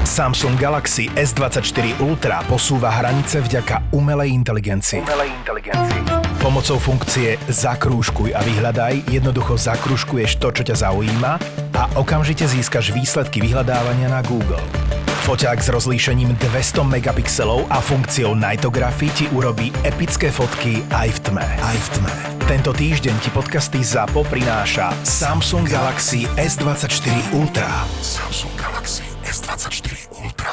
Samsung Galaxy S24 Ultra posúva hranice vďaka umelej inteligencii. Pomocou funkcie Zakrúžkuj a vyhľadaj jednoducho zakrúžkuješ to, čo ťa zaujíma a okamžite získaš výsledky vyhľadávania na Google. Foťák s rozlíšením 200 megapixelov a funkciou Nightography ti urobí epické fotky aj v tme. Tento týždeň ti podcasty ZAPO prináša Samsung Galaxy S24 Ultra. Samsung Galaxy S24 Ultra.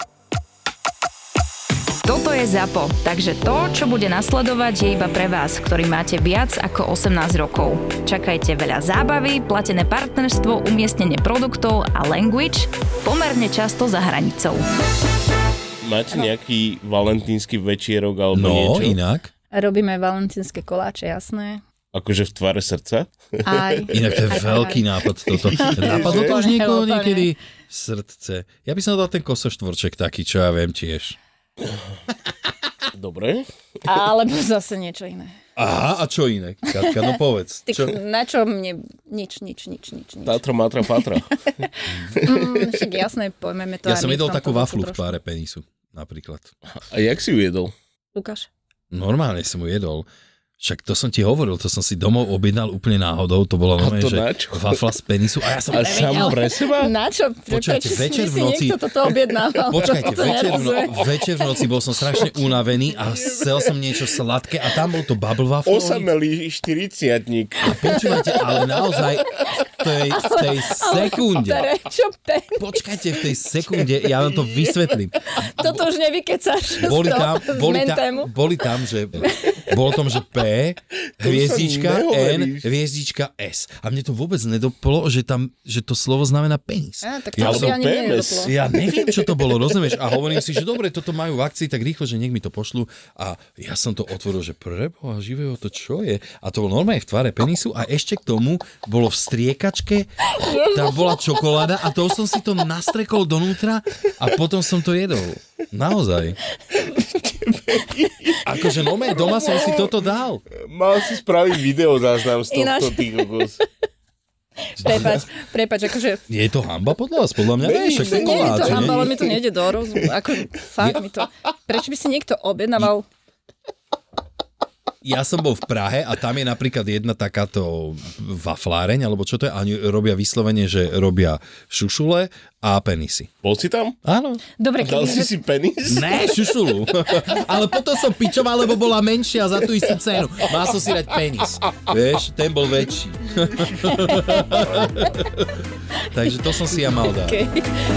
Toto je ZAPO, takže to, čo bude nasledovať, je iba pre vás, ktorí máte viac ako 18 rokov. Čakajte veľa zábavy, platené partnerstvo, umiestnenie produktov a language pomerne často za hranicou. Máte nejaký valentínsky večierok alebo niečo? No, inak. Robíme valentínske koláče, jasné. Akože v tvare srdca? Aj. Inak to je veľký nápad toto. Napadlo to už niekoho niekedy? Srdce. Ja by som dal ten kosoštvorček taký, čo ja viem tiež. Dobre. Alebo zase niečo iné. Aha, a čo iné? Katka, no povedz. Čo? Na čo mne... Nič. Tátra, mátra, pátra. Však jasné, pojmeme to. Ja som jedol takú waflu v tváre penisu, napríklad. A jak si ju jedol? Lukáš? Normálne som ju jedol. Však to som ti hovoril, to som si domov objednal úplne náhodou, to bolo nové, že wafla z penisu a ja som nevedel. Pre seba? Na čo? Počkajte, večer v noci... Niekto toto objednával. Počkajte, večer v noci bol som strašne unavený a chcel som niečo sladké a tam bol to bubble waffle. Osamelý 40-tník. A počúvajte, ale naozaj v tej sekunde... Počkajte, v tej sekunde, ja vám to vysvetlím. Toto už nevykecáš. Boli tam, že... Bolo tam, že P, hviezdička, N, hviezdička S. A mne to vôbec nedopolo, že to slovo znamená penis. Tak to ja ani nedopolo. Ja neviem, čo to bolo, rozumieš? A hovorím si, že dobre, toto majú v akcii, tak rýchlo, že nech mi to pošlu. A ja som to otvoril, že preboha živého, to čo je? A to bolo normálne v tvare penisu a ešte k tomu bolo v striekačke, tam bola čokoláda a to som si to nastrekol donútra a potom som to jedol. Naozaj. Akože doma som si toto dal. Mal si spraviť video záznam z tohto týkokos. Prepač, akože... Je to hanba podľa vás? Podľa mňa nie, však to Nie je to koláč. hanba, ale mi to nejde do rozumu. Fakt mi to... Prečo by si niekto objednával... Ja som bol v Prahe a tam je napríklad jedna takáto wafláreň, alebo čo to je, a oni robia vyslovene, že robia šušule a penisy. Bol si tam? Áno. Dobre, dal si penis? Ne, šušulu. Ale potom som pičoval, lebo bola menšia za tú istú cenu. Mal som si dať penis. Vieš, ten bol väčší. Takže to som si ja mal dať. Okay.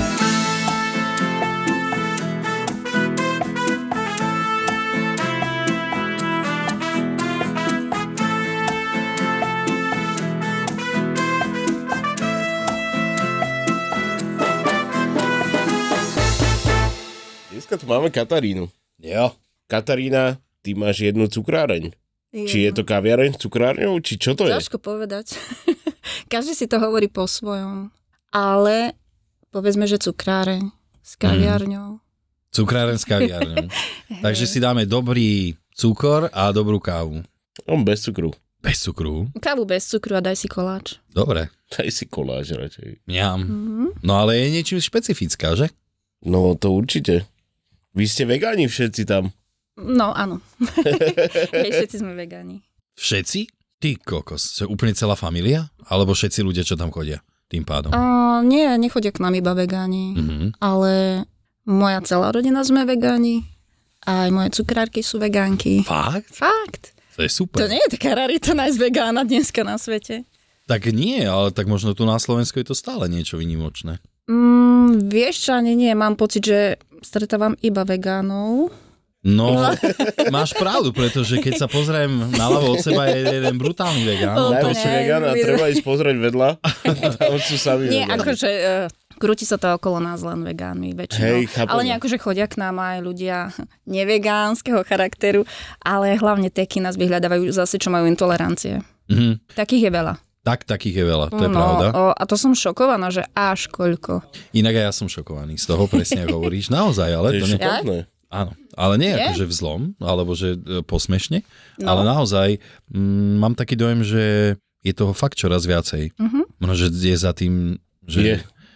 Dneska tu máme Katarínu. Jo. Katarína, ty máš jednu cukráreň. Jo. Či je to kaviareň s cukrárňou, či čo to je? Ťažko povedať. Každý si to hovorí po svojom. Ale povedzme, že cukráreň s kaviarňou. Cukráreň s kaviarňou. Takže si dáme dobrý cukor a dobrú kávu. Bez cukru. Bez cukru? Kávu bez cukru a daj si koláč. Dobre. Daj si koláč radšej. Mňam. No ale je niečím špecifická, že? No to určite. Vy ste vegáni všetci tam. No, áno. Všetci sme vegáni. Všetci? Ty kokos. Čo, úplne celá familia? Alebo všetci ľudia, čo tam chodia? Tým pádom. Nie, nechodia k nám iba vegáni. Ale moja celá rodina sme vegáni. Aj moje cukrárky sú vegánky. Fakt? Fakt. To je super. To nie je taká rarita nájsť vegána dneska na svete. Tak nie, ale tak možno tu na Slovensku je to stále niečo výnimočné. Vieš čo, ani nie. Mám pocit, že stretávam iba vegánov. No, máš pravdu, pretože keď sa pozriem naľavo od seba, je jeden brutálny vegán. Najväčší vegán a treba ísť pozrieť vedľa. Tam sú sami nie, vegáni. Akože krúti sa to okolo nás len vegánmi väčšinou. Hej, ale nie akože chodia k nám aj ľudia nevegánskeho charakteru, ale hlavne teky nás vyhľadávajú zase, čo majú intolerancie. Takých je veľa. Takých je veľa, to je pravda. A to som šokovaná, že až koľko. Inak aj ja som šokovaný z toho, presne ako hovoríš. Naozaj, ale to je šokantné. Áno, ale nie akože v zlom, alebo že posmešne, ale naozaj mám taký dojem, že je toho fakt čoraz viacej. Možno, že je za tým, že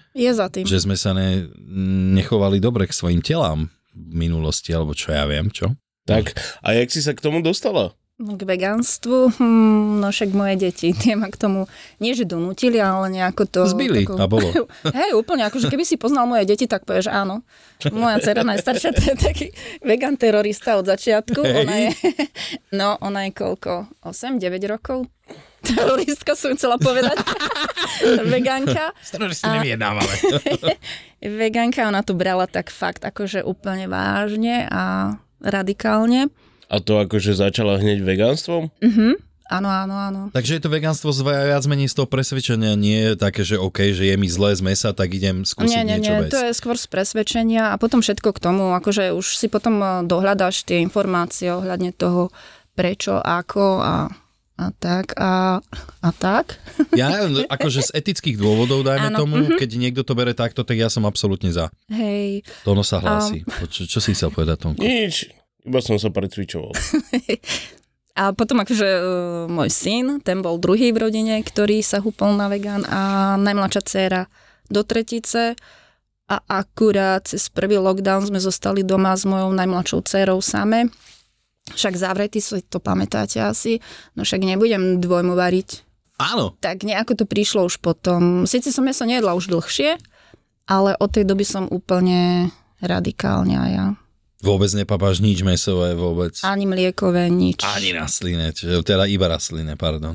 Je za tým. Že sme sa nechovali dobre k svojim telám v minulosti, alebo čo ja viem, čo? Tak, a jak si sa k tomu dostala? K vegánstvu? No však moje deti, tie ma k tomu, nie že donútili, ale nejako to... Zbili a bolo. Hej, úplne, akože keby si poznal moje deti, tak povieš áno. Moja dcera najstaršia, to je taký vegan terorista od začiatku. Hej. Ona je koľko? 8-9 rokov? Teroristka som chcela povedať. Vegánka. S teroristami nevyjednávame. Vegánka, ona to brala tak fakt akože úplne vážne a radikálne. A to akože začala hneď vegánstvom? Áno. Takže je to vegánstvo viac menej z toho presvedčenia, nie je také, že OK, že je mi zlé z mesa, tak idem skúsiť niečo Nie, to je skôr z presvedčenia a potom všetko k tomu, akože už si potom dohľadáš tie informácie ohľadne toho, prečo, ako a tak. Ja akože z etických dôvodov, dajme tomu, keď niekto to bere takto, tak ja som absolútne za. Hej. Tono sa hlási. Čo si chcel povedať, Tomko? Nič, iba som sa precvičoval. A potom akože môj syn, ten bol druhý v rodine, ktorý sa húpol na vegán a najmladšia dcéra do tretice a akurát cez prvý lockdown sme zostali doma s mojou najmladšou dcérou same. Však zavretí, si to pamätáte asi, no však nebudem dvojmu variť. Áno. Tak nejako to prišlo už potom. Sice som meso nejedla už dlhšie, ale od tej doby som úplne radikálne a ja. Vôbec nepapáš nič mesové, vôbec. Ani mliekové, nič. Ani rastlinné, teda iba rastlinné, pardon.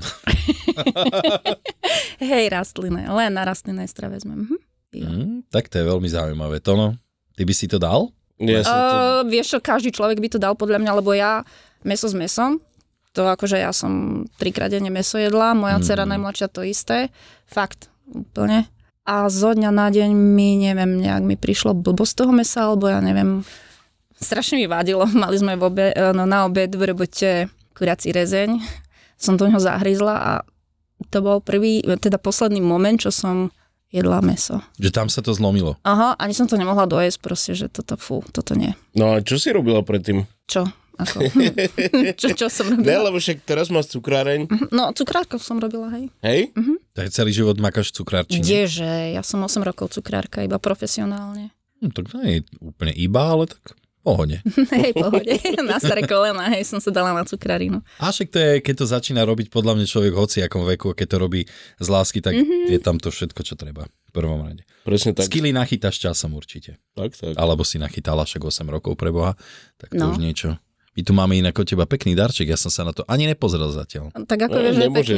Hej, rastlinné, len na rastlinnej strave sme. Tak to je veľmi zaujímavé. Tono, ty by si to dal? Vieš čo, každý človek by to dal podľa mňa, lebo ja meso s mesom, to akože ja som 3-krát denne meso jedla, moja dcera najmladšia to isté, fakt, úplne. A zo dňa na deň neviem, nejak mi prišlo blbosť toho mesa, alebo ja neviem, strašne mi vadilo. Mali sme na obed v robote kurací rezeň. Som do ňoho zahryzla a to bol posledný moment, čo som jedla meso. Že tam sa to zlomilo. Aha, ani som to nemohla dojesť proste, že toto nie. No a čo si robila predtým? Čo? Ako? čo som robila? Ne, lebo však teraz máš cukráreň. No, cukrárkou som robila, hej. Hej? Tak celý život makáš cukrárčine. Kdeže? Ja som 8 rokov cukrárka, iba profesionálne. Tak to nie je úplne iba, ale tak pohode. Hej, pohode. Na staré kolena, hej, som sa dala na cukrárinu. A však to je, keď to začína robiť podľa mňa človek hoci akom veku, keď to robí z lásky, tak je tam to všetko, čo treba v prvom rade. Presne tak. Skily nachytáš časom určite. Tak. Alebo si nachytala však 8 rokov pre Boha, tak to už niečo. My tu máme inak od teba pekný darček, ja som sa na to ani nepozrel zatiaľ. Tak ako vieš, nemôžeš.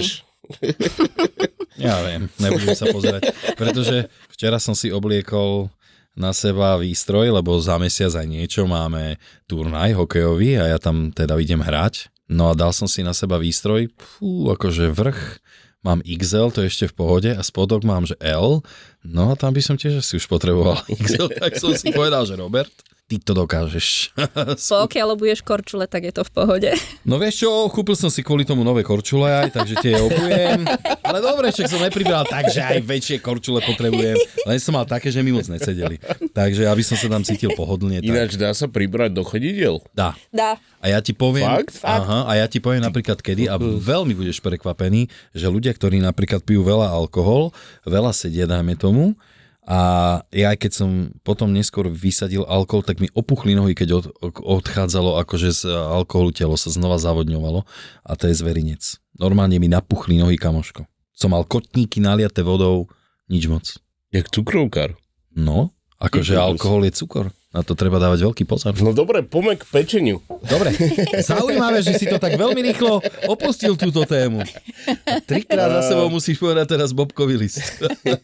Ja viem, nebudem sa pozerať, pretože včera som si obliekol na seba výstroj, lebo za mesiac aj niečo máme turnaj hokejový a ja tam teda idem hrať. No a dal som si na seba výstroj, akože vrch, mám XL, to je ešte v pohode a spodok mám, že L, no a tam by som tiež asi už potreboval XL, tak som si povedal, že Robert, ty to dokážeš. Pokiaľ obuješ korčule, tak je to v pohode. No vieš čo, kúpil som si kvôli tomu nové korčule aj, takže tie obujem. Ale dobre, však som nepribral, takže aj väčšie korčule potrebujem. Len som mal také, že mi moc necedeli. Takže aby som sa tam cítil pohodlne. Ináč dá sa pribrať do chodidiel? Dá. A ja ti poviem, Fakt? Aha, a ja ti poviem napríklad kedy a veľmi budeš prekvapený, že ľudia, ktorí napríklad pijú veľa alkohol, veľa sedia, dajme tomu, a ja aj keď som potom neskôr vysadil alkohol, tak mi opuchli nohy, keď odchádzalo akože z alkoholu telo sa znova zavodňovalo a to je zverinec. Normálne mi napuchli nohy, kamoško. Som mal kotníky naliaté vodou, nič moc. Jak cukrovkár. No, akože alkohol je cukor. Na to treba dávať veľký pozor. No dobre, poďme k pečeniu. Dobre, zaujímavé, že si to tak veľmi rýchlo opustil túto tému. A 3-krát za sebou musíš povedať teraz bobkový list.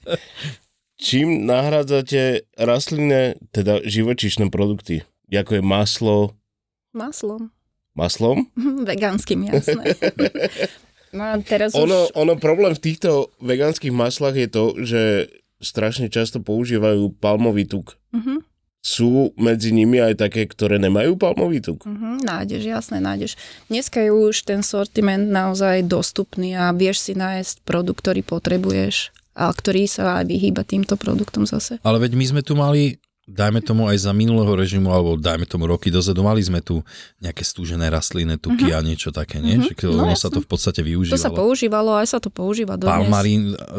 Čím nahrádzate rastlinné, teda živočíšne produkty? Ako je maslo? Maslom. Maslom? Vegánskym, jasné. No a teraz Ono problém v týchto vegánskych maslách je to, že strašne často používajú palmový tuk. Sú medzi nimi aj také, ktoré nemajú palmový tuk? Nájdeš, jasné, nájdeš. Dneska je už ten sortiment naozaj dostupný a vieš si nájsť produkt, ktorý potrebuješ a ktorý sa aj vyhýba týmto produktom zase. Ale veď my sme tu mali, dajme tomu aj za minulého režimu, alebo dajme tomu roky dozadu, mali sme tu nejaké stúžené rastlinné tuky a niečo také, nie? Ono sa to v podstate využívalo. To sa používalo, aj sa to používa dodnes. Palmarín, že?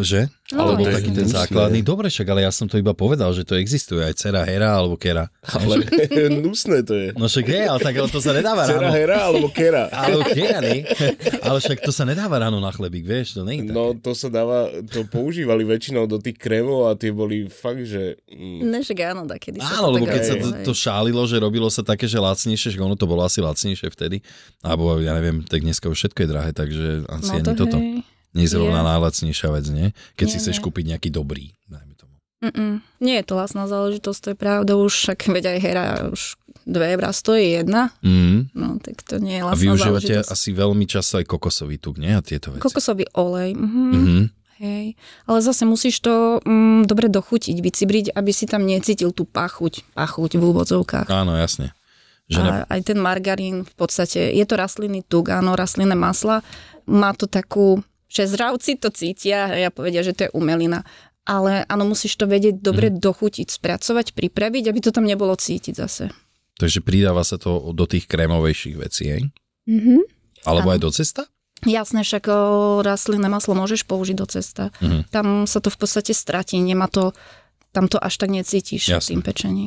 No, Alebo to je taký ten hnusné. základný. Dobre, však, ale ja som to iba povedal, že to existuje. Aj dcera Hera alebo Kera. Ale hnusné to je. No však je, ale tak ale to sa nedáva Cera ráno. Hera alebo Kera? Ale Kera, nie? Ale však to sa nedáva ráno na chlebík, vieš, to nie je také. No to sa dáva, to používali väčšinou do tých krémov a tie boli fakt, že... Ne, však áno, kedy sa Áno, to lebo tak keď sa robilo, to šálilo, že robilo sa také, že lacnejšie, že ono to bolo asi lacnejšie vtedy. Alebo ja neviem, tak dneska už všetko je drahé, takže asi No ani to toto. hej. Nie je zrovna Je. najlacnejšia vec, nie? Keď si Nie, chceš nie. kúpiť nejaký dobrý, dajme tomu. Nie je to lacná záležitosť, to je pravda, už však veď aj hera už 2 eurá stojí jedna, no tak to nie je A lacná využívate záležitosť. asi veľmi často aj kokosový tuk, nie? A tieto veci. Kokosový olej, Mhm. hej. Ale zase musíš to dobre dochutiť, vycibriť, aby si tam necítil tú pachuť v úvodzovkách. Áno, jasne. Že A aj ten margarín v podstate, je to rastlinný tuk, áno, rastlinné masla, má to takú, že zravci to cítia, ja povedia, že to je umelina, ale áno, musíš to vedieť dobre dochutiť, spracovať, pripraviť, aby to tam nebolo cítiť zase. Takže pridáva sa to do tých krémovejších vecí, hej? Alebo aj do cesta? Jasné, však rastlinné maslo môžeš použiť do cesta. Tam sa to v podstate stratí, tam to až tak necítiš Jasné. tým pečením.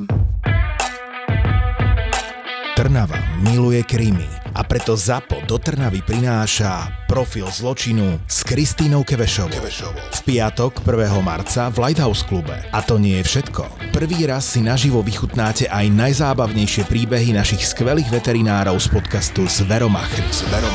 Trnava miluje krímy a preto ZAPO do Trnavy prináša Profil zločinu s Kristínou Kevešovou. V piatok 1. marca v Lighthouse klube. A to nie je všetko. Prvý raz si naživo vychutnáte aj najzábavnejšie príbehy našich skvelých veterinárov z podcastu Zveromachry.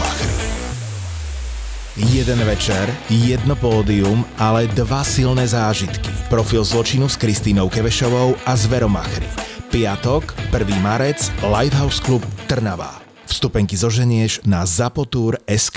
Jeden večer, jedno pódium, ale 2 silné zážitky. Profil zločinu s Kristínou Kevešovou a Zveromachry. Piatok, 1. marec, Lighthouse Club Trnava. Vstupenky zoženieš na zapotur.sk.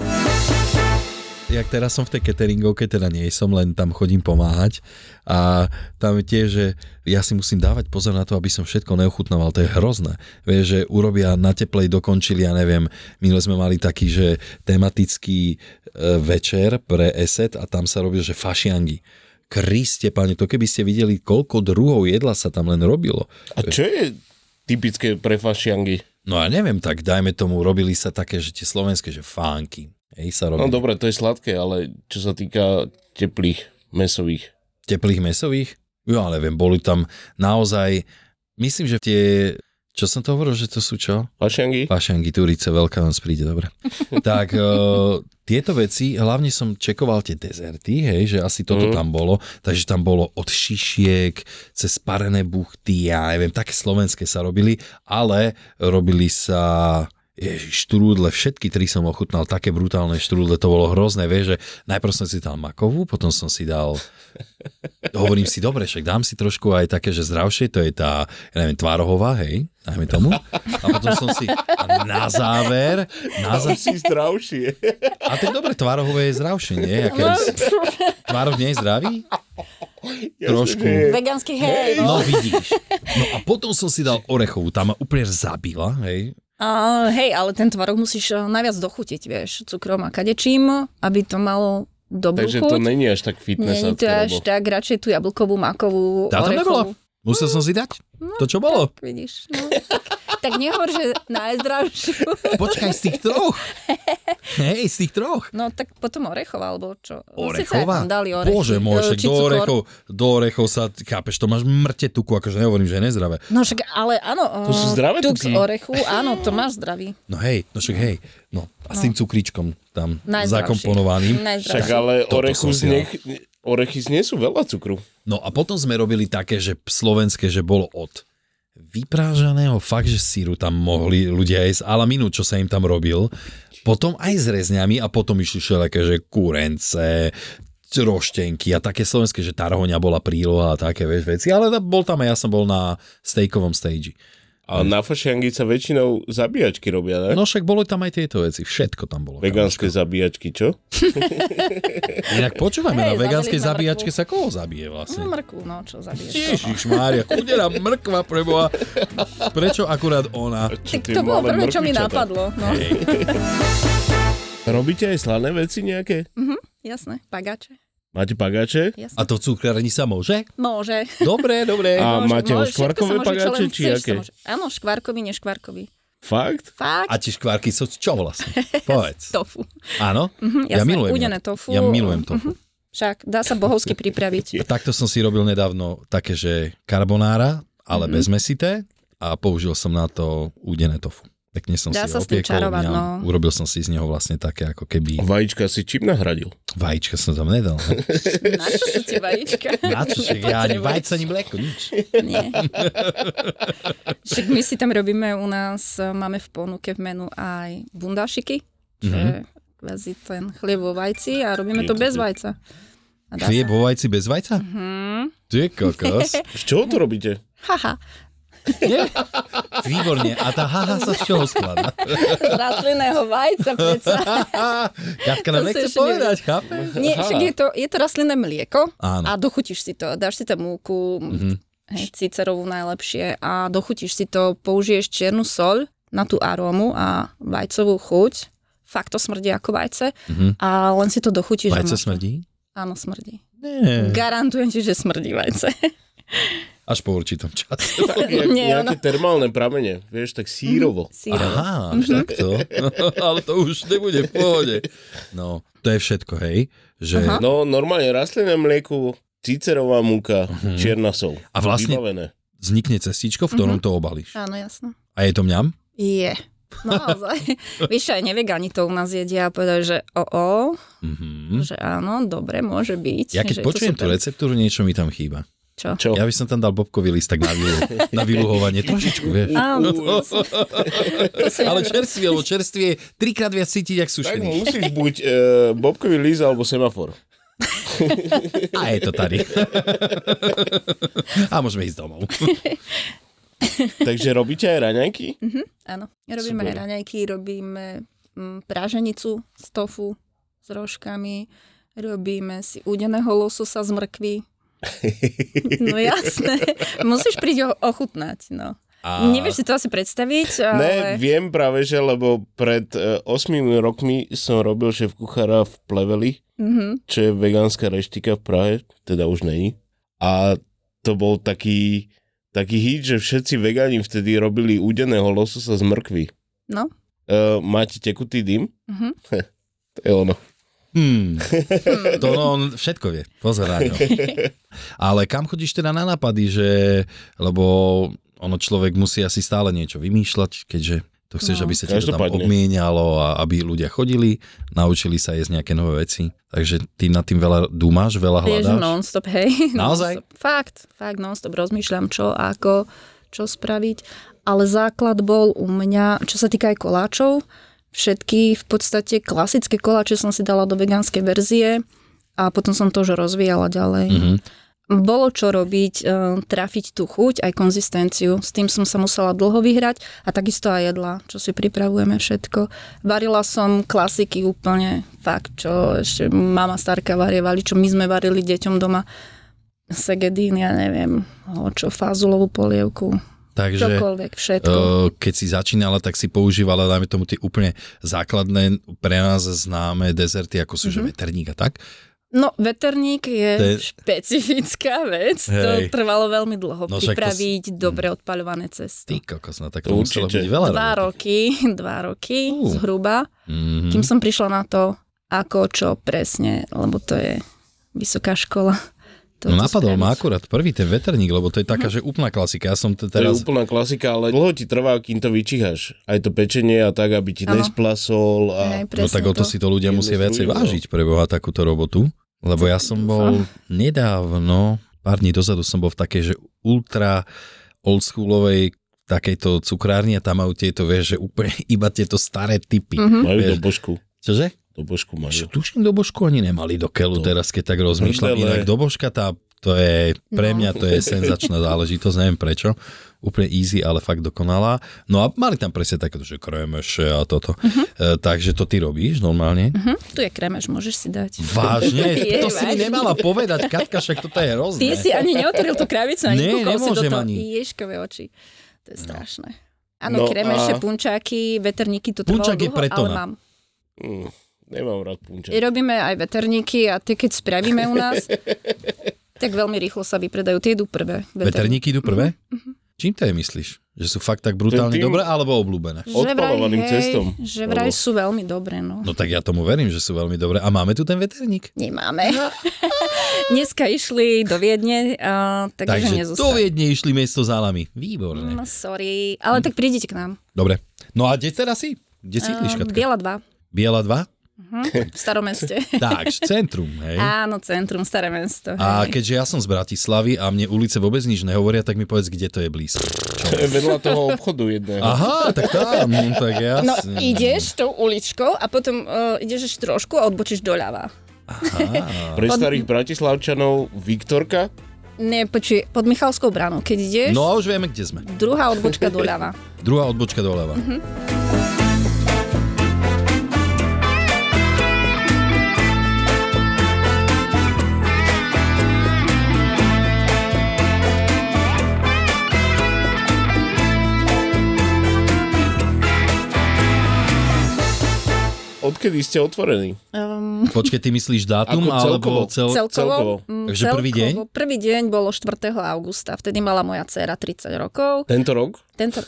Jak teraz som v tej cateringovke, teda nie som, len tam chodím pomáhať a tam je tiež, že ja si musím dávať pozor na to, aby som všetko neochutnával, to je hrozné. Vieš, že urobia na teplej, dokončili, ja neviem, minule sme mali taký, že tematický večer pre ESET a tam sa robil, že fašiangy. Kriste, páne, to keby ste videli, koľko druhov jedla sa tam len robilo. A čo je typické pre fašiangy? No ja neviem, tak dajme tomu, robili sa také, že tie slovenské, že fánky. Sa robili. No dobre, to je sladké, ale čo sa týka teplých, mäsových. Teplých mäsových? Ja neviem, boli tam naozaj, myslím, že tie, čo som to hovoril, že to sú čo? Fašiangy? Fašiangy, Turice, Veľká noc príde, dobre. Tak tieto veci, hlavne som čekoval tie dezerty, hej, že asi toto tam bolo, takže tam bolo od šišiek, cez parené buchty, ja neviem, také slovenské sa robili, ale robili sa... štrúdle, všetky 3 som ochutnal, také brutálne štrúdle, to bolo hrozné, vieš, že najprv som si dal makovú, potom som si dal, hovorím si, dobre, však dám si trošku aj také, že zdravšie, to je tá, ja neviem, tvárohová, hej, dajme tomu, a potom som si, a na záver, Si zdravšie. a tak dobre, tvárohové je zdravšie, nie? Tvárov nie je zdravý? Trošku. Vegánsky, hej. No vidíš. No a potom som si dal orechovú, tá ma úplne zabila, hej. Hej, ale ten tvarok musíš najviac dochutiť, vieš, cukrom a kadečím, aby to malo dobrú Takže chuť. to není až tak fitness. Nie je to až tak, radšej tú jablkovú, makovú, Tá tam nebola. orechovú. Musel som si dať? To, čo bolo? Tak vidíš, no. Tak nehovor, že najzdravšiu. Počkaj, z tých 3. Hej, z tých 3. No tak potom orechová, alebo čo? Orechová? Sice aj tam dali orechy. Bože môj, však či do cukor. orechov sa, chápeš, to máš mŕte tuku, akože nehovorím, že je nezdravé. No však, ale áno, To sú zdravé tuk z tuky. orechu, áno, to máš zdravý. No hej, no však hej, no a s tým cukríčkom tam Najzdravší. zakomponovaným. Však Najzdravší. ale Toto som si dal. orechy z nie sú veľa cukru. No a potom sme robili také, že slovenské, že bolo od vyprážaného fakt, že síru tam mohli ľudia jesť, alaminu, čo sa im tam robil. Potom aj s rezňami a potom išli všelijaké, že kurence, roštenky a také slovenské, že tarhoňa bola príloha a také veci, ale bol tam aj, ja som bol na stejkovom stage. A na fašiangy sa väčšinou zabíjačky robia, ne? No však boli tam aj tieto veci, všetko tam bolo. Vegánske zabíjačky, čo? Inak počúvame, na Hej, vegánskej zabili sme zabíjačke mrkvu. sa koho zabije vlastne? No mrkvu, no čo zabiješ. Ježišmária, chudera mrkva preboha. Prečo akurát ona? Čo Tak tie to bolo malé prvé, čo mi mrkvičatá? napadlo. No. Robíte aj slané veci nejaké? Jasné, pagáče. Máte pagáče? Jasné. A to v cukrárni sa môže? Môže. Dobre, dobre. A máte všetko škvarkové sa môže, čo pagáče, len či chceš, aké? sa môže. Áno, škvarkový, neškvarkový. Fakt? Fakt? A tie škvárky sú čo vlastne? Povedz. Tofu. Áno? Jasné, ja milujem. udené tofu. Ja milujem tofu. Však dá sa bohovsky pripraviť. Takto som si robil nedávno také, že carbonara, ale bezmesité a použil som na to údené tofu. Pekne som Dá si sa s tým opiekol, čarovať, no. urobil som si z neho vlastne také ako keby... Vajíčka si čím nahradil? Vajíčka som tam nedal. Na čo sú tie vajíčka? Na čo však? Ja ani vajca, ani mlieko, nič. Nie. Však my si tam robíme u nás, máme v ponuke v menu aj bundášiky, čo je kvázi ten chlieb vo vajci a robíme to bez vajca. Chlieb vo vajci bez vajca? Ty kokos. Z čoho to robíte? Haha. Výborne. A tá haha sa z čoho skladá? Z rastlinného vajca, predsa. Katka nám To si nechce ešte povedať, chápeš? Nie, však je to rastlinné mlieko. Áno. A dochutíš si to. Dáš si tam múku, cicerovú najlepšie a dochutíš si to, použiješ čiernu soľ na tú arómu a vajcovú chuť. Fakt to smrdí ako vajce. A len si to dochutíš. Vajce smrdí? Áno, smrdí. Nie. Garantujem ti, že smrdí vajce. Až po určitom čase. Tak, nejaké termálne pramene, vieš, tak sírovo. Aha, až takto. Ale to už nebude v pohode. No, to je všetko, hej? Že... No, normálne rastlinné mlieko, cicerová múka, čierna sol. A vlastne Vybavené. vznikne cestičko, v ktorom to obalíš. Áno, jasno. A je to mňam? Je. No naozaj. Víš, aj nevegáni to u nás jedia a povedali, že že áno, dobre, môže byť. Ja keď počujem tú receptúru, niečo mi tam chýba. Čo? Ja by som tam dal bobkový listak na vyluhovanie. Trošičku, vieš. Áno. Ale čerstvie je 3-krát viac cítiť, jak Tak sušený. musíš buď bobkový líst alebo semafor. A je to tady. A môžeme ísť domov. Takže robíte aj raňajky? Áno. Robíme aj raňajky, robíme práženicu z tofu s rožkami, robíme si údeného lososa z mrkvy. No jasné. Musíš prísť ochutnať, no. Nevieš si to asi predstaviť, ale... Ne, viem práve, že lebo pred 8 rokmi som robil šéf kuchára v Pleveli, čo je vegánska reštika v Prahe, teda už není. A to bol taký hit, že všetci vegáni vtedy robili údeného lososa z mrkvy. No. Máte tekutý dym? To je ono. To on všetko vie. Pozor na ňo. Ale kam chodíš teda na nápady, lebo ono človek musí asi stále niečo vymýšľať, keďže to chceš, aby sa ti to tam obmienialo a aby ľudia chodili, naučili sa jesť nejaké nové veci. Takže ty nad tým veľa dúmaš, veľa hľadáš? Vieš, non-stop, hej. Naozaj? Fakt non-stop rozmýšľam, čo spraviť. Ale základ bol u mňa, čo sa týka aj koláčov, všetky v podstate klasické koláče som si dala do vegánskej verzie a potom som to už rozvíjala ďalej. Bolo čo robiť, trafiť tú chuť, aj konzistenciu. S tým som sa musela dlho vyhrať a takisto aj jedla, čo si pripravujeme všetko. Varila som klasiky úplne, fakt, čo ešte mama starka varievali, čo my sme varili deťom doma. Segedín, ja neviem, fazulovú polievku. Takže čokoľvek, všetko. Keď si začínala, tak si používala, dajme tomu, tie úplne základné, pre nás známe dezerty, ako sú, že veterník a tak. No, veterník je špecifická vec. Hej. To trvalo veľmi dlho pripraviť to... dobre odpaľované cesto. Ty kokos, no tak to muselo byť veľa roky. 2 roky zhruba, kým som prišla na to, ako čo presne, lebo to je vysoká škola. No napadol ma akurát prvý ten veterník, lebo to je taká, že úplná klasika. Ja som to teraz... To je úplná klasika, ale dlho ti trvá, kým to vyčíhaš. Aj to pečenie a tak, aby ti nesplasol. No tak o to si to ľudia musia viacej vážiť pre Boha takúto robotu. Lebo ja som bol nedávno, pár dní dozadu som bol v takej, že ultra oldschoolovej takejto cukrárni a tam majú tieto, vieš, že úplne iba tieto staré typy. Majú do božku. Čože? Do božku majú. Tuším, do božku oni nemali do keľu teraz, keď tak rozmýšľam. Inak do božka to je, pre mňa to je senzačná záležitosť, neviem prečo. Úplne easy, ale fakt dokonalá. No a mali tam presne takéto, že kremeše a toto. Takže to ty robíš normálne? Tu je kremeš, môžeš si dať. Vážne? To si mi nemala povedať, Katka, však toto je hrozné. Ty si ani neotvoril tú krabicu, ani kúkol si do toho. Ani. Ježkové oči. To je strašné. Áno, kremeše, punčáky, veterníky, to trvalo punčák dlho, ale mám. Nemám rád punčák. Robíme aj veterníky a tie, keď spravíme u nás, tak veľmi rýchlo sa vypredajú. Tie idú prvé. Veterníky idú prvé? Čím to je, myslíš? Že sú fakt tak brutálne Ten tým- dobré, alebo obľúbené? Odpalovaným cestom. Že vraj sú veľmi dobré, no. No tak ja tomu verím, že sú veľmi dobré. A máme tu ten veterník? Nemáme. Dneska išli do Viedne, takže Takže nezostali. do Viedne išli miesto s Alami. Výborné. No, sorry, ale tak prídite k nám. Dobre. No a kde teraz si? Kde sídliš, Katka? Biela 2, Biela 2? v Starom meste. Takže centrum, hej. Áno, centrum, Staré mesto. A hej. keďže ja som z Bratislavy a mne ulice vôbec nič nehovoria, tak mi povedz, kde to je blízko. To je vedľa toho obchodu jedného. Aha, tak tam, tak jasne. No, ideš tou uličkou a potom ideš ešte trošku a odbočíš doľava. Pre starých bratislavčanov Viktorka. Ne, počuj, pod Michalskou bránou, keď ideš, No a už vieme, kde sme. druhá odbočka doľava. Druhá odbočka doľava. Odkedy ste otvorení? Počkej, ty myslíš dátum Ako celkovo? alebo Celkovo. Takže prvý deň? Prvý deň bolo 4. augusta, vtedy mala moja dcéra 30 rokov. Tento rok? Tento...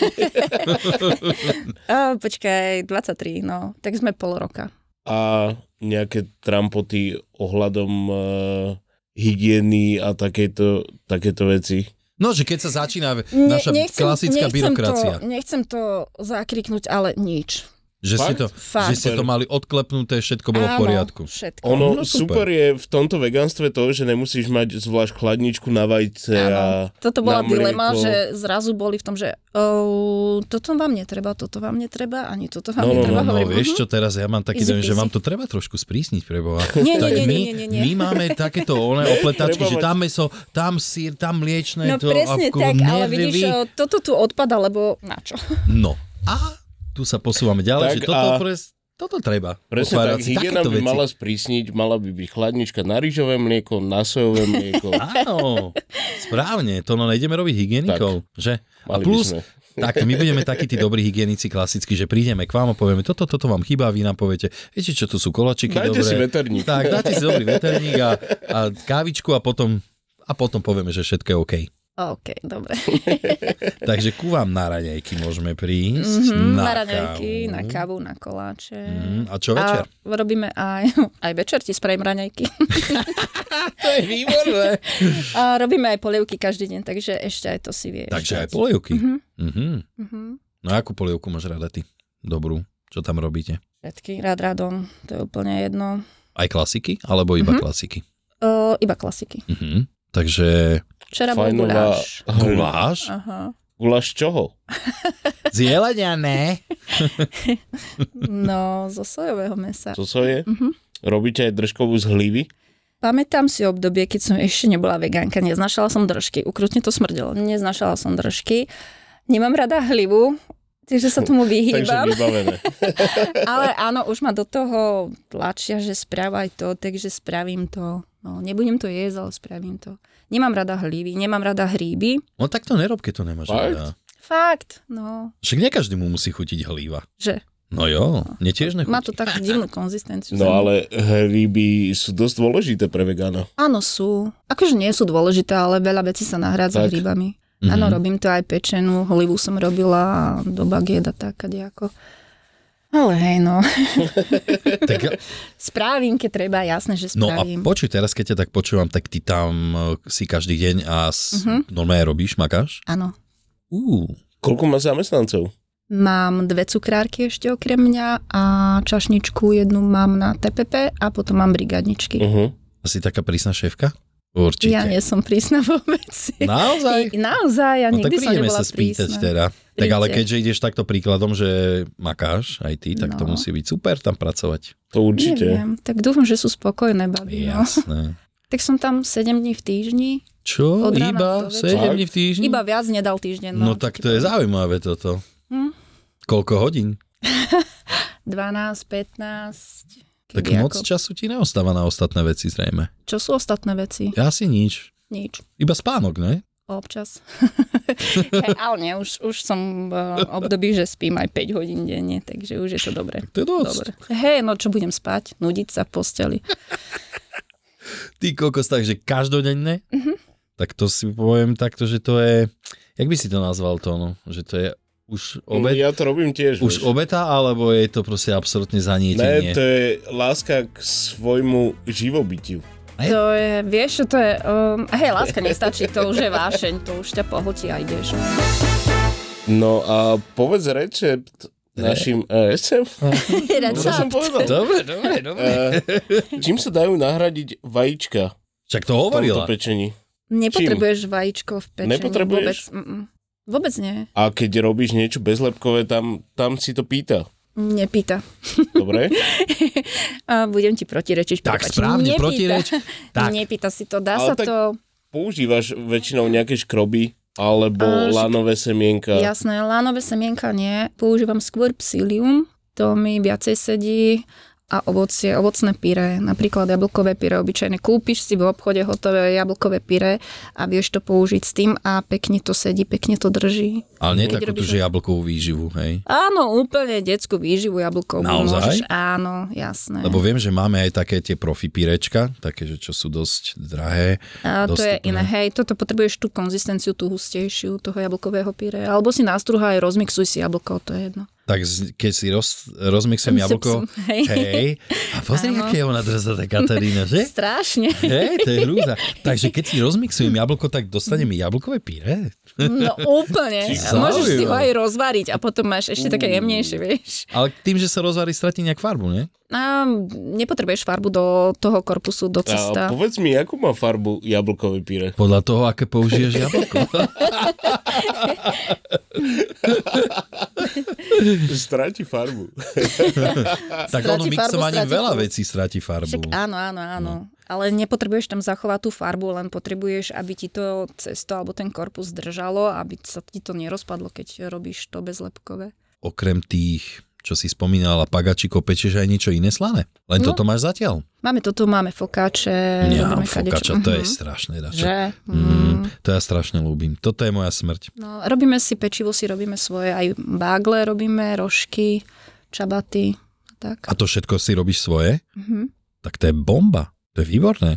Počkaj, 23, no, tak sme pol roka. A nejaké trampoty ohľadom hygieny a takéto veci? No, že keď sa začína naša klasická byrokracia. Nechcem to zakriknúť, ale nič. Že ste, Fakt. že ste to mali odklepnuté, všetko bolo v poriadku. Všetko. Ono No, super. super je v tomto vegánstve to, že nemusíš mať zvlášť chladničku na vajce a Toto bola na mlieko. dilema, že zrazu boli v tom, že toto vám netreba, ani toto vám No, netreba. No, Hovorím, vieš čo, teraz ja mám taký Easy dojem, že peasy. vám to treba trošku sprísniť pre Boha. Nie, Tak nie. my máme takéto opletačky, Treba že mať- tam meso, tam sír, tam mliečne. No to, presne ako tak, ale nervy. vidíš, toto tu odpada, lebo na čo? No a tu sa posúvame ďalej, Tak že a- toto treba. Presne Otvárať tak, si hygiena takéto by veci. mala sprísniť, mala by byť chladnička na rýžové mlieko, na sojové mlieko. Áno, správne, to no nejdeme robiť hygienikov, že? A Mali by plus, sme. tak my budeme takí tí dobrí hygienici klasicky, že prídeme k vám a povieme, toto vám chýba, vy nám poviete, viete čo, tu sú kolačiky Dajte dobré. si veterník. Tak, dáte si dobrý veterník a kávičku a potom povieme, že všetko je OK. OK, dobre. Takže ku vám na raňajky môžeme prísť. Na raňajky, na kávu, na koláče. A čo večer? A robíme aj večer, ti spravím raňajky. To je výborné. A robíme aj polievky každý deň, takže ešte aj to si vieš. Takže aj polievky. No a akú polievku máš rada ty? Dobrú. Čo tam robíte? Všetky, rádom, to je úplne jedno. Aj klasiky? Alebo iba klasiky? Iba klasiky. Takže Včera bol Fajnová guláš. guláš? Aha. Guláš čoho? Z jelenia, ne? No, zo sojového mesa. Co soje? Robíte aj držkovú z hlivy? Pamätám si obdobie, keď som ešte nebola vegánka, neznášala som držky, ukrutne to smrdelo, neznášala som držky, nemám rada hlivu, takže sa tomu Takže vyhýbam, vybavené. ale áno, už ma do toho tlačia, že správaj to, takže spravím to. No, nebudem to jesť, ale spravím to. Nemám rada hlivy, nemám rada hríby. No tak to nerob, keď to nemáš Fakt? rada. Fakt, no, Však nie každému musí chutiť hlíva. že No jo, netiež nechutí. má to takú divnú konzistenciu. No ale hryby sú dosť dôležité pre vegána. Áno, sú. Akože nie sú dôležité, ale veľa vecí sa nahrádza Tak. hrybami. Áno, robím to aj pečenú, hlivu som robila do bagiet a tak, ako. Ale hej, no. Tak, Spravím, keď treba, jasné, že no a spravím. počuj, teraz keď ťa tak počúvam, tak ty tam si každý deň a normálne robíš, makáš? Áno. Koľko má zamestnancov? Mám 2 cukrárky ešte okrem mňa a čašničku jednu mám na TPP a potom mám brigádničky. Asi taká prísna šéfka? Určite. Ja nie som prísna vôbec. Naozaj? Naozaj, ja No tak nikdy som prídeme nebola sa spýtať prísna. teda. Tak ale Príďte. keďže ideš takto príkladom, že makáš aj ty, tak to No. musí byť super tam pracovať. To určite. Neviem, tak dúfam, že sú spokojné baby. No. Jasné. Tak som tam 7 dní v týždni. Čo? Od rána Iba do večera. 7 dní v týždni? Iba viac nedal týždeň. No tak to je zaujímavé toto. Koľko hodín? 12, 15. Tak kedy moc času ti neostáva na ostatné veci zrejme. Čo sú ostatné veci? Asi nič. Nič. Iba spánok, ne? Občas. Hej, ale nie, už som v období, že spím aj 5 hodín denne, takže už je to dobré. To je dosť. Dobre. Hej, no čo budem spať? Nudiť sa v posteli. Ty kokos, takže každodenne? tak to si poviem takto, že to je, jak by si to nazval to, no? Že to je už obeta? Ja to robím tiež. Už obeta, alebo je to proste absolútne Ne, zanietenie? to je láska k svojmu živobytiu. To je, vieš, čo to je, láska nestačí, to už je vášeň, to už ťa pohltí a ideš. No a povedz recept našim recept? Čo som povedal? Dobre. Čím sa dajú nahradiť vajíčka Však to v hovorila. tomto pečení? Nepotrebuješ vajíčko v pečení. Nepotrebuješ? Vôbec nie. A keď robíš niečo bezlepkové, tam si to pýta. Nepýta. Dobre? A budem ti protirečiť. Tak prepáč. správne, Nepýta. protireč. Tak. Nepýta si to, dá Ale sa tak- to... Používaš väčšinou nejaké škroby alebo lanové semienka. Jasné, lánové semienka nie. Používam skôr psyllium, to mi viacej sedí. A ovocie, ovocné pyré, napríklad jablkové pyré obyčajné. Kúpiš si v obchode hotové jablkové pyré a vieš to použiť s tým a pekne to sedí, pekne to drží. Ale nie Keď takúto, robíš- že jablkovú výživu, hej? Áno, úplne detskú výživu jablkovú. Naozaj? Môžeš, áno, jasné. Lebo viem, že máme aj také tie profi pyrečka, také, že čo sú dosť drahé. A to je dostupné. iné, hej, toto potrebuješ tú konzistenciu, tú hustejšiu toho jablkového pyré. Alebo si nástruhaj, rozmixuj si jablko, to je jedno. Tak keď si rozmixujem jablko, hej, a pozri, aké je ona drzatá Katarína, že? Strašne. Hej, to je hrúza. Takže keď si rozmixujem jablko, tak dostane mi jablkové pyré? No úplne. Môžeš si ho Zaujímavé. aj rozvariť a potom máš ešte také jemnejšie, vieš. Ale tým, že sa rozvarí, stratí nejak farbu, nie? A nepotrebuješ farbu do toho korpusu, do A cesta. povedz mi, akú má farbu jablkové pyré? Podľa toho, aké použiješ jablko. Stráti farbu. Tak ono Stratí farbu, mixovaním stratí veľa chuť. vecí stratí farbu. Však áno. Ale nepotrebuješ tam zachovať tú farbu, len potrebuješ, aby ti to cesto alebo ten korpus držalo, aby sa ti to nerozpadlo, keď robíš to bezlepkové. Okrem tých, čo si spomínala, pagačikov, pečeš aj niečo iné slané? Len toto máš zatiaľ? Máme fokáče. robíme Fokáča, kadečo. to je strašné dačo. Že? To ja strašne ľúbim. Toto je moja smrť. No, robíme si pečivo, si robíme svoje, aj bágle robíme, rožky, čabaty. Tak. A to všetko si robíš svoje? Tak to je bomba. To je výborné.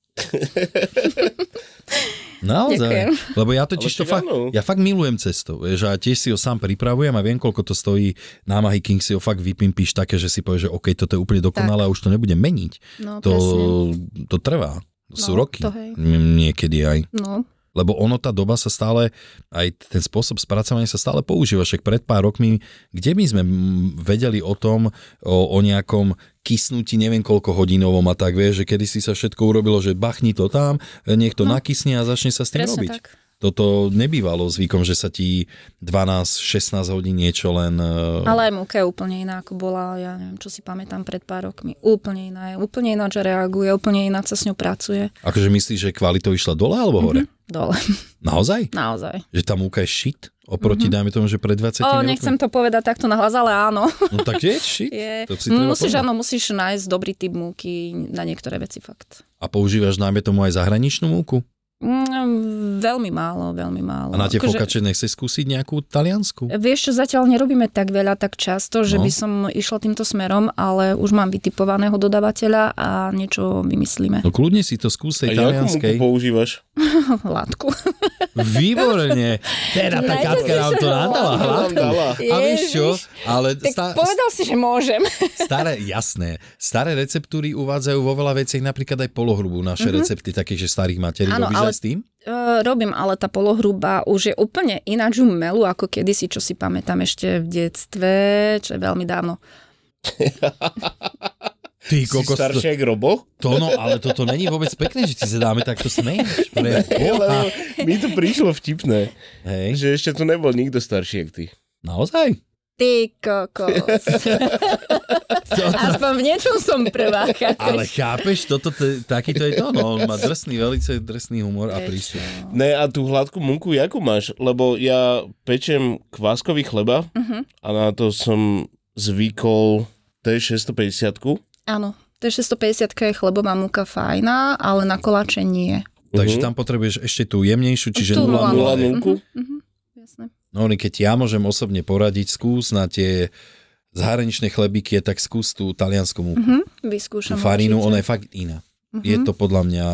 Naozaj. Ďakujem. Lebo ja totiž Ale to však fakt, áno. ja fakt milujem cesto. Vieš, a tiež si ho sám pripravujem a viem, koľko to stojí. Námahy King si ho fakt vypimpíš také, že si povieš, že OK, toto je úplne dokonalé a už to nebudem meniť. No, To, presne. to trvá. To sú No, roky. to hej. Niekedy aj. No, Lebo ono, tá doba sa stále, aj ten spôsob spracovania sa stále používa. Však pred pár rokmi, kde my sme vedeli o tom, o nejakom kysnutí neviem koľko hodinovom a tak, vieš, že kedy si sa všetko urobilo, že bachni to tam, nech to nakysne a začne sa s tým presne robiť. tak. Toto nebývalo zvykom, že sa ti 12-16 hodín niečo len... Ale aj múka je úplne iná, ako bola, ja neviem, čo si pamätám pred pár rokmi. Úplne iná je, úplne ináč reaguje, úplne ináč sa s ňou pracuje. Akože myslíš, že kvalitou išla dole alebo hore? Dole. Naozaj? Naozaj. Že tá múka je shit? Oproti, dajme tomu, že pred 20 rokmi? Nechcem to povedať takto nahlas, ale áno. No tak je shit. Je. To si treba Musíš, povedať. áno, musíš nájsť dobrý typ múky na niektoré veci fakt. A používaš, najmä tomu, aj zahraničnú múku? Veľmi málo, veľmi málo. A na tie Akože- fokače nechceš skúsiť nejakú taliansku? Vieš čo, zatiaľ nerobíme tak veľa, tak často, že No. by som išla týmto smerom, ale už mám vytipovaného dodávateľa a niečo vymyslíme. No kľudne si to skús A tej jakú múku talianskej. používaš? Látku. Výborne. Teda tá Najmä Katka si, nám to že nadala. Nám hladko. dala. A vieš čo? Ale Tak povedal si, že môžem. staré receptúry uvádzajú vo veľa veciach napríklad aj polohrubu naše recepty, také, že starých materí. Áno, Robíš ale- aj s tým? Robím, ale tá polohruba už je úplne ináč ju melú, ako kedysi, čo si pamätám ešte v detstve, čo je veľmi dávno. Ty Si kokos, staršie jak Robo? to no, ale toto není vôbec pekné, že ti sa dáme takto smeješ. Pre Lebo Boha. mi to prišlo vtipné, Hej, že ešte tu nebol nikto starší jak ty. naozaj? Ty kokos. Aspoň v niečom som prvá. Ale chápeš, takýto je to, no, on má velice drsný humor a prístup. Ne, a tú hladkú múku, jakú máš? Lebo ja pečem kváskový chleba a na to som zvykol T650. Áno, T650 je chlebová múka fajná, ale na koláče nie. Takže tam potrebuješ ešte tú jemnejšiu, čiže Tú 0,0. 0,0. Jasné. No, keď ja môžem osobne poradiť, skús na tie zahraničné chlebíky, tak skús tú taliansku múku. Tú Vyskúšam farínu, určite. ona je fakt iná. Je to podľa mňa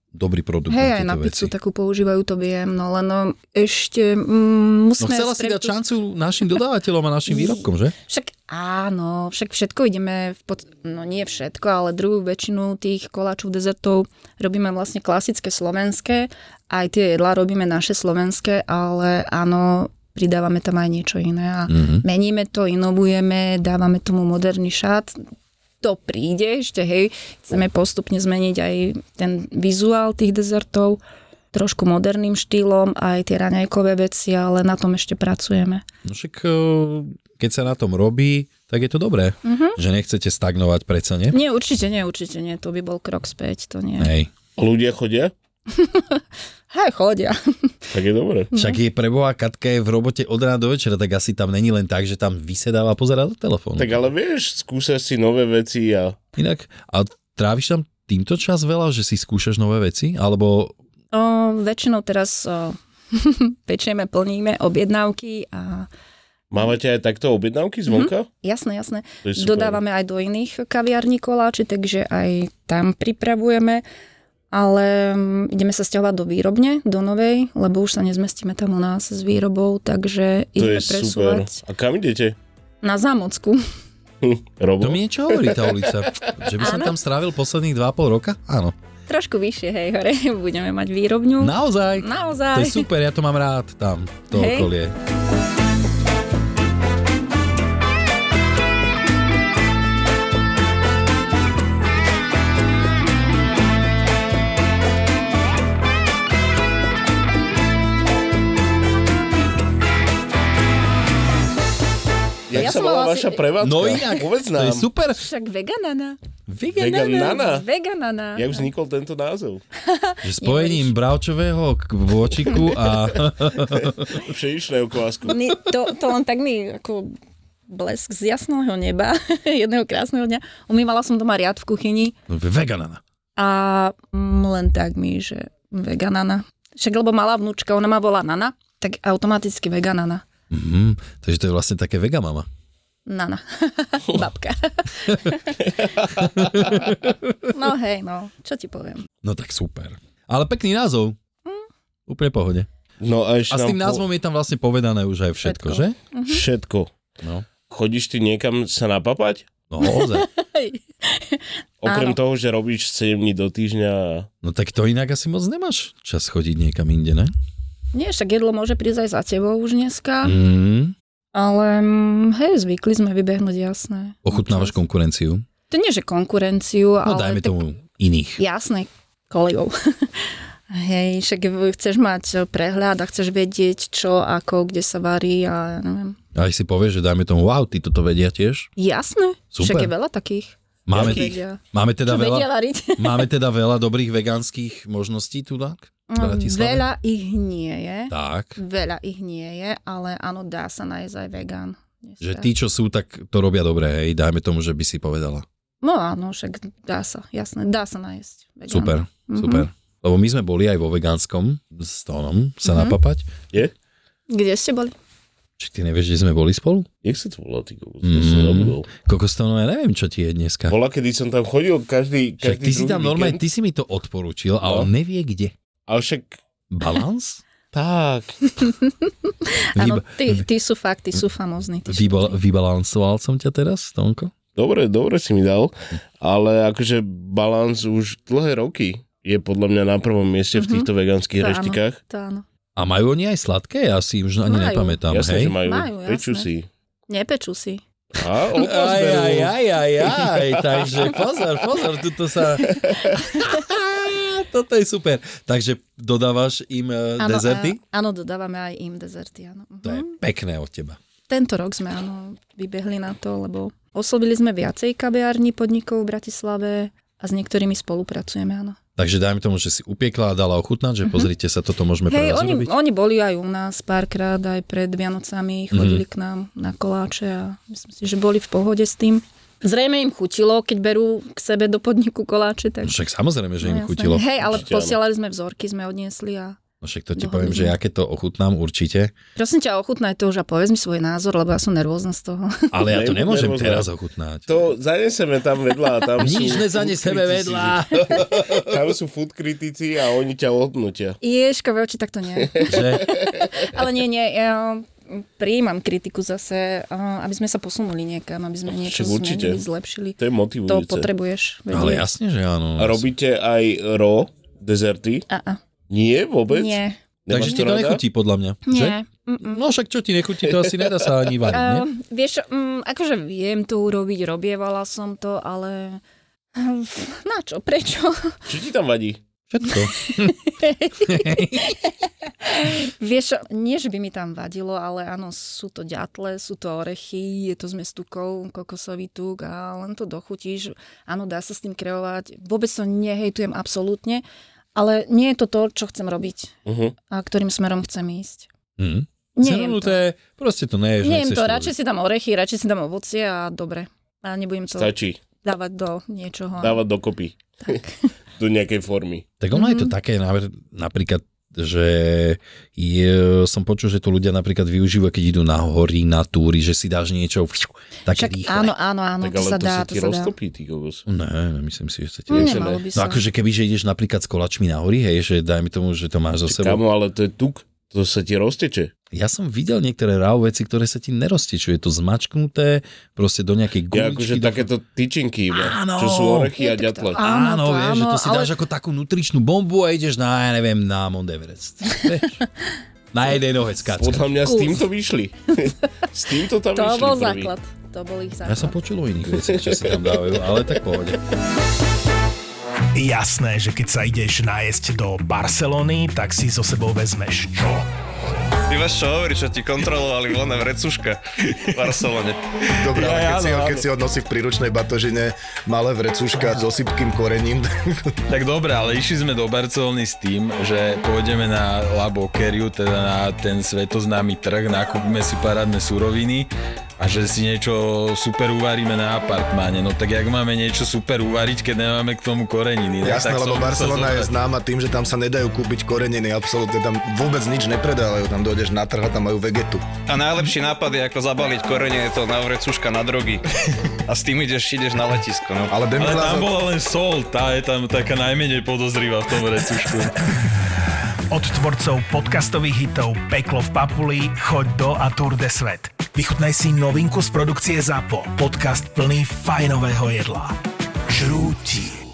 dobrý produkt Hej, aj na na tieto pizzu veci. takú používajú, to viem, no len ešte musíme... Chcela si dať šancu našim dodávateľom a našim výrobkom, že? Však áno, všetko ideme, no nie všetko, ale druhú väčšinu tých koláčov, dezertov robíme vlastne klasické slovenské, aj tie jedlá robíme naše slovenské, ale áno, pridávame tam aj niečo iné a meníme to, inovujeme, dávame tomu moderný šat. To príde ešte, hej, chceme postupne zmeniť aj ten vizuál tých dezertov, trošku moderným štýlom, aj tie raňajkové veci, ale na tom ešte pracujeme. No však keď sa na tom robí, tak je to dobré. Že nechcete stagnovať, predsa, nie? Nie, určite nie, to by bol krok späť, to nie. Hej. Ľudia chodia? Hej, chodia. Tak je dobre. Však je preboha Katka je v robote od rána do večera, tak asi tam není len tak, že tam vysedáva a pozerá do telefónu. Tak ale vieš, skúšaš si nové veci a... Inak, a tráviš tam týmto čas veľa, že si skúšaš nové veci? Alebo... Väčšinou teraz pečieme, plníme objednávky a... Mávate aj takto objednávky zvonka? Jasné. To je super. Dodávame aj do iných kaviarní koláče, takže aj tam pripravujeme, ale ideme sa sťahovať do výrobne, do novej, lebo už sa nezmestíme tam u nás s výrobou, takže To ideme je super. presúvať A kam idete? na Zámocku. Robo? To mi niečo hovorí tá ulica. Že by som tam strávil posledných 2,5 roka? Áno. Trošku vyššie, hej, hore budeme mať výrobňu. Naozaj? Naozaj. To je super, ja to mám rád tam, to Hej. okolie. Jak Ja sa som volá mala vaša asi- prevádzka? No inak, Povedz to nám. je super. Však veganana. Veganana? Veganana. Jak vznikol tento názov? Že spojením bravčového vôčiku a... Pšeničného kvásku. To len tak mi ako blesk z jasného neba jedného krásneho dňa. Umývala som doma riad v kuchyni Veganana. a len tak mi, že veganana. Však lebo malá vnúčka, ona ma volá Nana, tak automaticky veganana. Takže to je vlastne také vegamama. Nana. Babka. No hej, no. Čo ti poviem? No tak super. Ale pekný názov. Úplne pohode. No a ešte A s nám tým názvom je tam vlastne povedané už aj všetko, že? Všetko. No. Chodíš ty niekam sa napapať? No, ozaj. Okrem Áno. toho, že robíš 7 dní do týždňa a... No tak to inak asi moc nemáš čas chodiť niekam inde, ne? Nie, však jedlo môže prísť aj za tebou už dneska, Mm. ale hej, zvykli sme vybehnúť, jasné. Ochutnávaš konkurenciu? To nie, že konkurenciu, No ale dajme tak, tomu iných. jasné, kolegov. Hej, však chceš mať prehľad a chceš vedieť, čo, ako, kde sa varí a ja neviem. A si povieš, že dajme tomu, wow, ty toto vedia tiež? Jasné, Super. však je veľa takých. Máme, čo vedia, máme, teda čo vedia veľa, variť. máme teda veľa dobrých vegánskych možností tu tak? V Bratislave? Veľa ich nie je. Tak. Veľa ich nie je, ale áno, dá sa nájsť aj vegán. Že tí, čo sú, tak to robia dobre, hej, dajme tomu, že by si povedala. No áno, však dá sa, jasné, dá sa nájsť vegán. Super, super. Lebo my sme boli aj vo vegánskom s Tónom sa napapať. Je? Kde ste boli? Či ty nevieš, že sme boli spolu? Jak sa to volá, ty kokos? To som zabudol. Kokos Tóno, ja neviem, čo ti je dneska. Bola, kedy som tam chodil každý Však ty si druhý tam normálne, víkend. ty si mi to odporučil, No. a on nevie kde. Ale však... Balans? Tak. Áno, tí sú fakt, tí sú famózni. Vybalansoval som ťa teraz, Tónko? Dobre si mi dal. Ale akože balans už dlhé roky je podľa mňa na prvom mieste v týchto vegánskych reštikách. To áno. A majú oni aj sladké? Ja si už ani Majú. nepamätám, Jasné, hej? že majú. Majú, Pečú jasné. si. Nepečú si. A opas berú. Aj, takže pozor, tuto sa... Toto je super. Takže dodávaš im dezerty? Áno, dodávame aj im dezerty, áno. To je pekné od teba. Tento rok sme, áno, vybehli na to, lebo oslovili sme viacej kaviarní podnikov v Bratislave a s niektorými spolupracujeme, áno. Takže dajme tomu, že si upiekla a dala ochutnať, že pozrite sa, toto môžeme pre Hej, vás urobiť. oni boli aj u nás párkrát, aj pred Vianocami, chodili k nám na koláče a myslím si, že boli v pohode s tým. Zrejme im chutilo, keď berú k sebe do podniku koláče. Tak... Však samozrejme, že im jasné. chutilo. Hej, ale Určite áno. posielali sme vzorky, sme odniesli a No však to ti poviem, že ja keď to ochutnám určite. Prosím ťa, ochutnaj to už a povedz mi svoj názor, lebo ja som nervózna z toho. Ale ja to nemôžem teraz ochutnať. To zaneseme tam vedľa a tam Nič nezaneseme vedľa. Tam sú food kritici a oni ťa odnutia. Ješkové oči, tak to nie. Ale nie, ja prijímam kritiku zase, aby sme sa posunuli niekam, aby sme niečo zmenili, zlepšili. To je motivujúce. To potrebuješ. Ale jasne, že áno. A robíte aj raw dezerty? Nie, vôbec? Nie. Takže ti to nechutí, podľa mňa. Nie. No však čo ti nechutí, to asi nedá sa ani variť, nie? Vieš, akože viem to urobiť, robievala som to, ale na čo, prečo? Čo ti tam vadí? Všetko. Vieš, nie, že by mi tam vadilo, ale áno, sú to ďatle, sú to orechy, je to zmes tukov, kokosový tuk a len to dochutíš. Áno, dá sa s tým kreovať. Vôbec to nehejtujem absolútne, ale nie je to to, čo chcem robiť a ktorým smerom chcem ísť. Nejem to. Proste to neješ. Nejem to, radšej si dám orechy, radšej si dám ovocie a dobre. A nebudem to dávať do niečoho. Dávať dokopy. Do nejakej formy. Tak ono je to také napríklad, že som počul, že to ľudia napríklad využívajú, keď idú na hory, na túry, že si dáš niečo také rýchle. Áno, tak to sa to sa dá. ti roztopí, ty kokos. Ne, myslím si, že sa ti nemalo by sa. No akože keby, že ideš napríklad s kolačmi na hory, hej, že dajme tomu, že to máš za sebou. Kámo, ale to je tuk, to sa ti rozteče. Ja som videl niektoré raw veci, ktoré sa ti neroztečú. Je to zmačknuté proste do nejakej guličky. Ja akože takéto tyčinky, čo sú orechy a ďatle. Áno, vieš, že to si dáš ako takú nutričnú bombu a ideš na, ja neviem, na Mount Everest. Na jednej nohe skáčka. Podľa mňa s týmto vyšli. S týmto tam vyšli prvý. To bol základ. To bol ich základ. Ja som počul o iných veciach, čo si tam dávajú, ale tak pohode. Jasné, že keď sa ideš nájsť do Barcelony, tak si so sebou vezmeš čo? Ty máš čo hovoriť, čo ti kontrolovali voľné vrecuška v Barcelone. Dobre, ale keď si ho nosí v príručnej batožine, malé vrecuška s osypkým korením. Tak dobre, ale išli sme do Barcelony s tým, že pôjdeme na La Boqueria, teda na ten svetoznámy trh, nakúpime si parádne suroviny a že si niečo super uvaríme na apartmáne. No tak jak máme niečo super uvariť, keď nemáme k tomu koreniny? Jasné, lebo Barcelona je známa tým, že tam sa nedajú kúpiť koreniny, absolútne tam vôbec nič nepredávajú, tam dojdeš na trh a tam majú vegetu. A najlepší nápad je ako zabaliť koreniny, to na vrecuška na drogy. A s tým ideš na letisko. No. Ale tam bola len sol, tá je tam taká najmenej podozrivá v tom vrecušku. Od tvorcov podcastových hitov Peklo v Papuli, Choď do a Tour de Svet. Vychutnaj si novinku z produkcie ZAPO. Podcast plný fajnového jedla. Žrúti.